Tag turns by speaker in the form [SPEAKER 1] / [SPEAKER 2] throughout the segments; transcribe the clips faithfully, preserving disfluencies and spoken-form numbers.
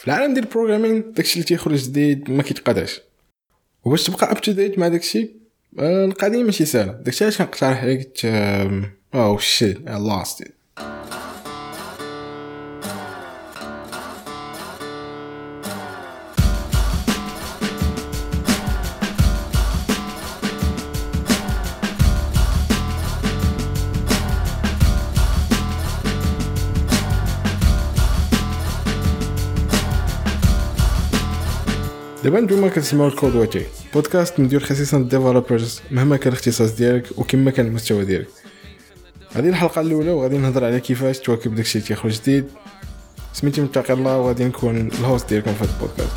[SPEAKER 1] في العالم ديال البروغرامين داكشي اللي تيخرج جديد ما كيتقاداش، وباش تبقى اب تو ديت مع داكشي القضيه ماشي سهله. داكشي علاش كنقترح عليك او شي لاست دابا نتوما كتسمعوا الكود واتي بودكاست مدير خصيصا الديفلوبرز مهما كان الاختصاص ديالك وكما كان المستوى ديالك. هذه الحلقه الاولى وغادي نهضر على كيفاش تواكب داكشي اللي تيخرج جديد. سميتي متقي الله وغادي نكون الهوست ديالكم في هذا البودكاست.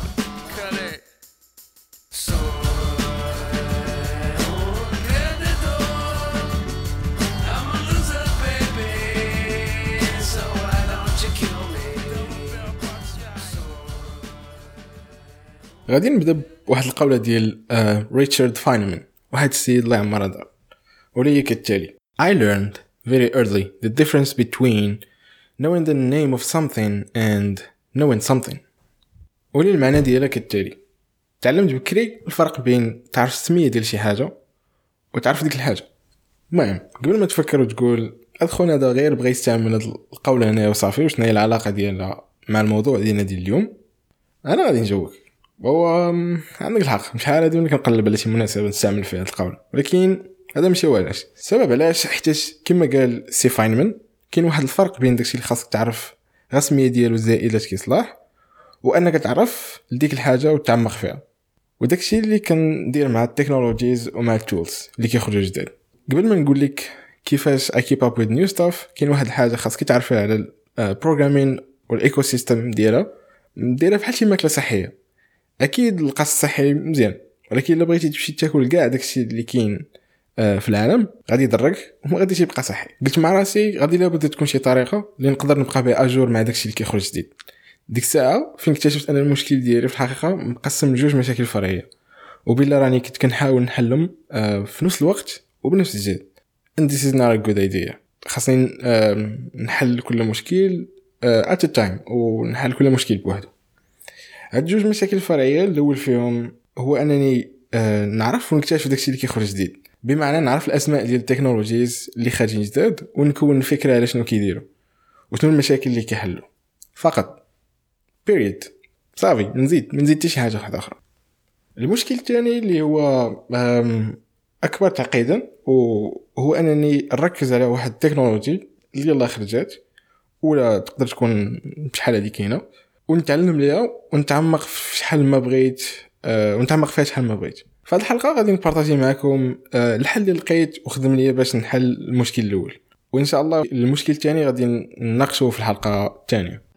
[SPEAKER 1] غادي نبدا بواحد القوله ديال ريتشارد فاينمان، واحد السيد الله يعمر دار، ولي كالتالي: I learned very early the difference between knowing the name of something and knowing something. ولي المعنى ديالها كالتالي: تعلمت بكري الفرق بين تعرف السميه ديال شي حاجه وتعرف ديك الحاجه. المهم قبل ما تفكر وتقول ادخل هذا غير بغى يستعمل هذا القوله هنا وصافي وشنو هي العلاقه ديالها مع الموضوع ديالنا ديال اليوم، انا غادي نجاوبك. هو عندك الحق، شحال هادي ملي كنقلب على شي مناسبه نستعمل فيها هذا القول، ولكن هذا ماشي هو علاش. السبب علاش حيت كما قال سي فاينمان كاين واحد الفرق بين داكشي اللي خاصك تعرف الرسميه ديالو الزائده كيصلاح وانك تعرف لديك الحاجه وتعمق فيها، وداكشي اللي كندير مع التكنولوجيز ومع التولز اللي كيخرجوا جداد. قبل ما نقول لك كيفاش I keep up with new stuff، كاين واحد الحاجه خاصك تعرفها على البروغرامين والايكو سيستم ديالها. ديرها بحال شي ماكله صحيه. اكيد القص الصحي مزيان، ولكن الا بغيتي تمشي تاكل كاع داكشي اللي كاين في العالم غادي يضرك وما غاديش يبقى صحي. قلت مع راسي غادي لابد تكون شي طريقه اللي نقدر نبقى بها اجور مع داكشي اللي كيخرج جديد. ديك الساعه فين اكتشفت ان المشكل ديالي في الحقيقه مقسم لجوج مشاكل فرعيه، وبلا راني كنت كنحاول نحلهم في نفس الوقت وبنفس الجهد. and this is not a good idea. خاصني نحل كل مشكل at a time ونحل كل مشكل بوحده. هاد جوج مشاكل فرعيه الاول فيهم هو انني آه نعرف ونكتشف داكشي اللي كيخرج جديد، بمعنى نعرف الاسماء ديال التكنولوجيز اللي خارجين جداد ونكون فكره على شنو كيديروا وشنو المشاكل اللي كيحلوا فقط. بيريد صافي، نزيد من نزيد حتى شي حاجه واحده اخرى. المشكل الثاني اللي هو اكبر تعقيدا وهو انني نركز على واحد التكنولوجي اللي يلاه خرجت ولا تقدر تكون بشحال هذه كاينه ونتعلم ليها ونتعمق في شحال ما بغيت أه ونتعمق فيها شحال ما بغيت. في هذه الحلقه غادي نبارطاجي معكم أه الحل اللي لقيت وخدم ليا باش نحل المشكل الاول، وان شاء الله المشكل الثاني غادي نناقشوه في الحلقه الثانيه.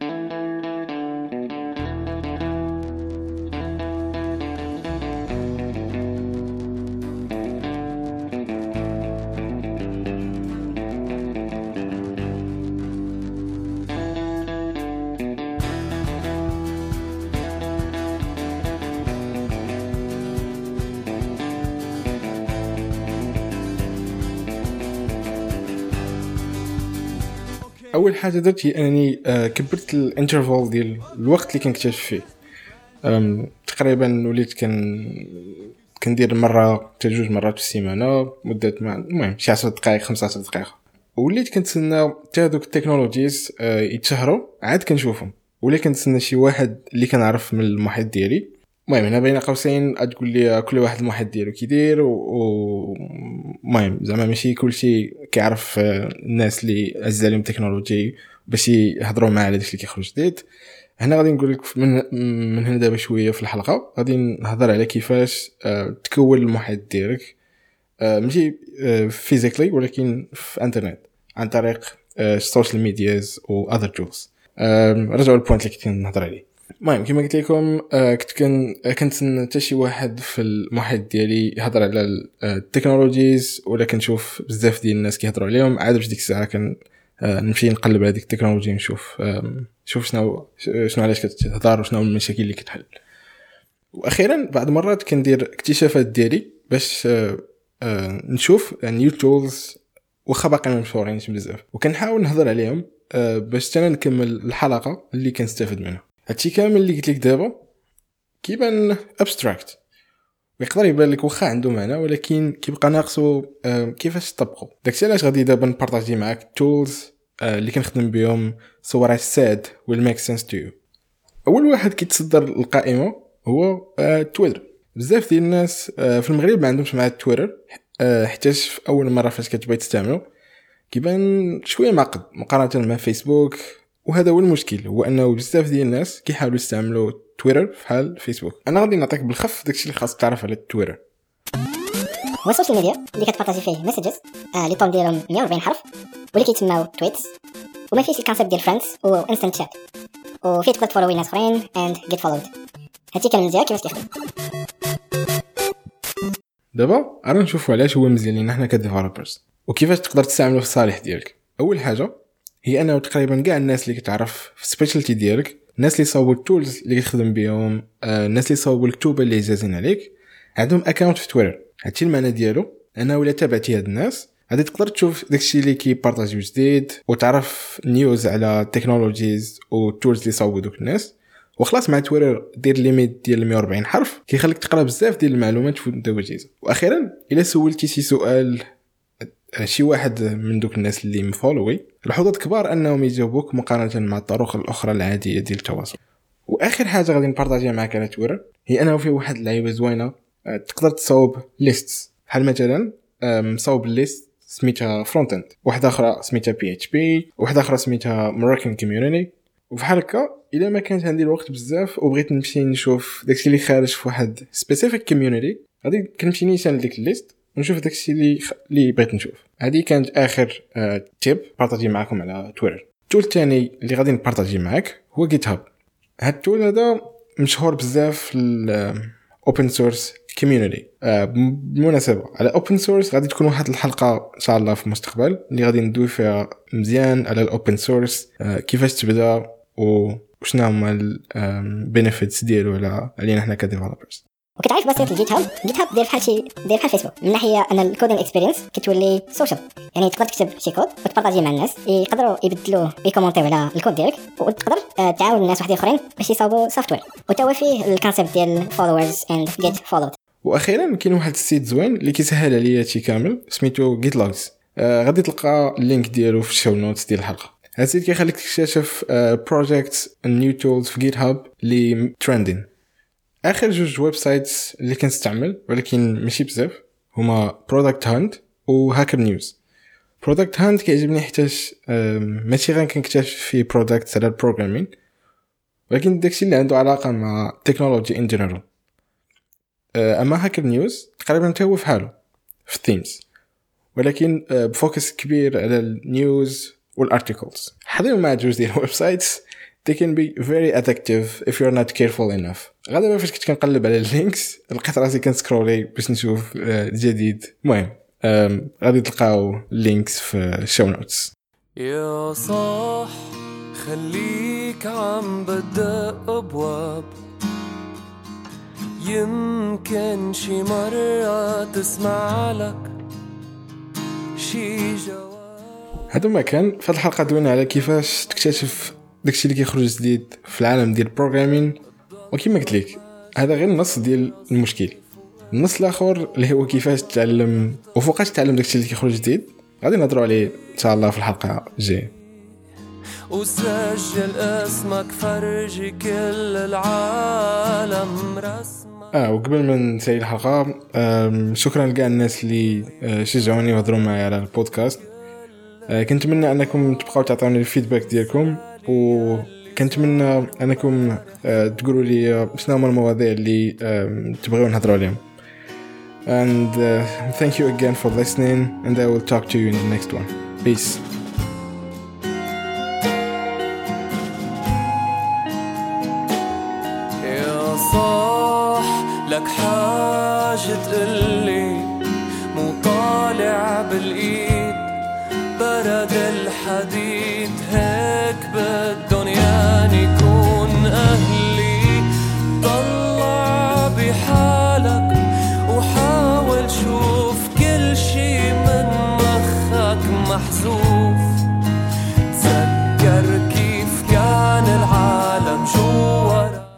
[SPEAKER 1] اول حاجه درت هي انني كبرت الانترفال ديال الوقت اللي كنكتشف فيه. تقريبا وليت كن كندير مره حتى جوج مرات في السيمانه مده مع المهم شي عشر دقائق خمسة عشر دقيقه، وليت كنتسنى حتى هذوك التكنولوجيز يتشهروا عاد كنشوفهم، ولا كنتسنى شي واحد اللي كنعرف من المحيط ديالي. المهم هنا بين قوسين تقول لي كل واحد المحيط ديالو كيدير ومهم زعما ماشي كلشي كيعرف الناس اللي عز عليهم التكنولوجي باش يهضروا معاه على داكشي اللي كيخرج جديد. هنا غادي نقول لك من من هنا دابا شويه في الحلقه غادي نهضر على كيفاش تكون المحيط ديالك ماشي فيزيكلي ولكن في الانترنت عن طريق السوشيال ميدياز و اذر تولز. رجعوا البوينت اللي كنت نهضر عليه. المهم كما قلت لكم كنت كن كنت حتى شي واحد في المحيط ديالي يهضر على التكنولوجيز ولا كنشوف بزاف ديال الناس كيهضروا عليهم، عاد باش ديك الساعه كان نمشي نقلب على ديك التكنولوجي نشوف شوف شنو شنو علاش كتهضر وشنو المشاكل اللي كتحل. واخيرا بعض مرات كندير اكتشافات ديالي باش نشوف نيو تولز واخا باقي ما مشهورينش بزاف، وكنحاول نهضر عليهم باش انا نكمل الحلقه اللي كنستافد منها. هادشي كامل اللي قلت لك دابا كيبان ابستراكت ويقدر يبان لك واخا عنده معنى، ولكن كيبقى ناقصو كيفاش تطبقو. داكشي علاش غادي دابا نبارطاجي معاك التولز اللي كنخدم بهم صور الساد ويل ميك سنس تو يو. اول واحد كيتصدر القائمه هو تويتر. بزاف ديال الناس في المغرب ما عندهمش مع تويتر، حتى في اول مره فاش كتبغي تستعملو كيبان شويه معقد مقارنه مع فيسبوك. وهذا هو المشكل، هو انه بزاف ديال الناس كيحاولوا يستعملوا تويتر بحال فيسبوك. انا غادي نعطيك بالخف داكشي اللي خاصك تعرف على تويتر.
[SPEAKER 2] هو السوشيال ميديا اللي كتبارطاجي فيه ميسجز آه اللي طول ديالهم مية وأربعين حرف واللي كيتسماو تويتس، وما فيش الكونسيبت ديال فريندز وانستنت شات، وفيه تقدر تفولوي ناس اخرين اند جيت فولود. هادشي كامل مزيان كيفاش كيخدم.
[SPEAKER 1] دابا غادي نشوفوا علاش هو مزيان لينا حنا كديفلوبرز وكيفاش تقدر تستعملو في الصالح ديالك. اول حاجه هي انه تقريبا كاع الناس اللي كتعرف في سبيشالتي ديالك، الناس اللي صاوبوا التولز اللي كتخدم بهم، آه، الناس اللي صاوبوا الكتوبه اللي جازين عليك، عندهم اكاونت في تويتر. هادشي المعنى ديالو انه الا تابعتي هاد الناس غادي تقدر تشوف داكشي اللي كيبارطاجيو جديد وتعرف نيوز على التكنولوجيز والتولز اللي صاوبوا دوك الناس. وخلاص مع تويتر دير ليميت ديال مية وأربعين حرف كيخليك تقرا بزاف ديال المعلومات في مده وجيزه. واخيرا الا سولتي شي سؤال شي واحد من دوك الناس اللي مفولوي، الحظوظ كبار انهم يجاوبوك مقارنه مع الطرق الاخرى العاديه ديال التواصل. واخر حاجه غادي نبارطاجيها معك على تويتر هي انه فيه واحد اللعيبه زوينه، تقدر تصاوب ليستس بحال مثلا مصاوب ليست سميتها فرونت اند، واحده اخرى سميتها بي اتش بي، واحده اخرى سميتها مراكن كوميونيتي. وفحال هكا الا ما كانش عندي الوقت بزاف وبغيت نمشي نشوف داكشي اللي خارج في واحد سبيسيفيك كوميونيتي، غادي كنمشي نيشان لديك الليست ونشوف داكشي اللي خ... اللي بغيت نشوف. هذه كانت اخر آه تيب بارطاجي معكم على تويتر. التول الثاني اللي غادي نبارطاجي معاك هو جيت هاب. هاد التول هذا مشهور بزاف في الاوبن سورس كوميونيتي. بالمناسبه على اوبن سورس غادي تكون واحد الحلقه ان شاء الله في المستقبل اللي غادي ندوي فيها مزيان على الاوبن سورس، آه كيفاش تبدا وشنو هما البينيفيتس ديالو على علينا حنا كديفلوبرز.
[SPEAKER 2] وكتعرف بس الجيت هاب جيت هاب داير بحال شي داير بحال فيسبوك من ناحيه ان الكودين اكسبيرينس كتولي سوشيال، يعني تقدر تكتب شي كود وتبارطاجيه مع الناس يقدروا يبدلوه ويكومونتيو على الكود ديالك، وتقدر تعاون الناس واحدين اخرين باش يصاوبوا سوفتوير. وتا هو فيه الكونسيبت ديال فولورز اند جيت فولود.
[SPEAKER 1] واخيرا كاين واحد السيت زوين اللي كيسهل عليا هادشي كامل سميتو جيت لوجز. آه غادي تلقى اللينك ديالو في الشو نوتس ديال الحلقه. هاد السيت كيخليك تكتشف بروجيكتس نيو تولز في جيت هاب اللي ترندين. اخر جوج ويب سايتس اللي كنستعمل ولكن ماشي بزاف هما برودكت هانت وهاكر نيوز. برودكت هانت كيعجبني حيتاش ماشي غير كنكتشف فيه برودكتس على البروغرامين، ولكن داكشي اللي عنده علاقه مع التكنولوجي ان جنرال. اما هاكر نيوز تقريبا حتى هو فحالو في الثيمز، ولكن بفوكس كبير على النيوز والارتيكلز. حضروا مع جوج ديال الويب سايتس they can be very addictive if you're not careful enough. غادا فاش كنت كنقلب على اللينكس لقيت راسي كنسكرولي باش نشوف الجديد. المهم غادي تلقاو اللينكس في الشو نوتس.
[SPEAKER 3] يا صاح خليك عم بدق ابواب، يمكن شي مرة تسمع لك شي جواب.
[SPEAKER 1] هذا ما كان في الحلقة دوينا على كيفاش تكتشف داكشي اللي كيخرج جديد في العالم ديال البروغرامين. وكما قلت لك هذا غير النص ديال المشكل. النص الاخر اللي هو كيفاش تتعلم وفوقاش تتعلم داكشي اللي كيخرج جديد غادي نهضروا عليه ان شاء الله في الحلقه الجايه.
[SPEAKER 3] وسجل اسمك فرجي كل العالم رسمك.
[SPEAKER 1] اه وقبل ما ننتهي الحلقه شكرا لكاع الناس اللي شجعوني وهضروا معايا على البودكاست. كنتمنى انكم تبقاو تعطوني الفيدباك ديالكم، وكنتمنى انكم تقولوا لي شنو هما المواضيع اللي تبغيو نهضروا عليهم. And uh, thank you again for listening, and I will talk to you in the next one. Peace.
[SPEAKER 3] يا صاح لك حاجة تقلي مو طالع بالإيد برد الحديد هيك بد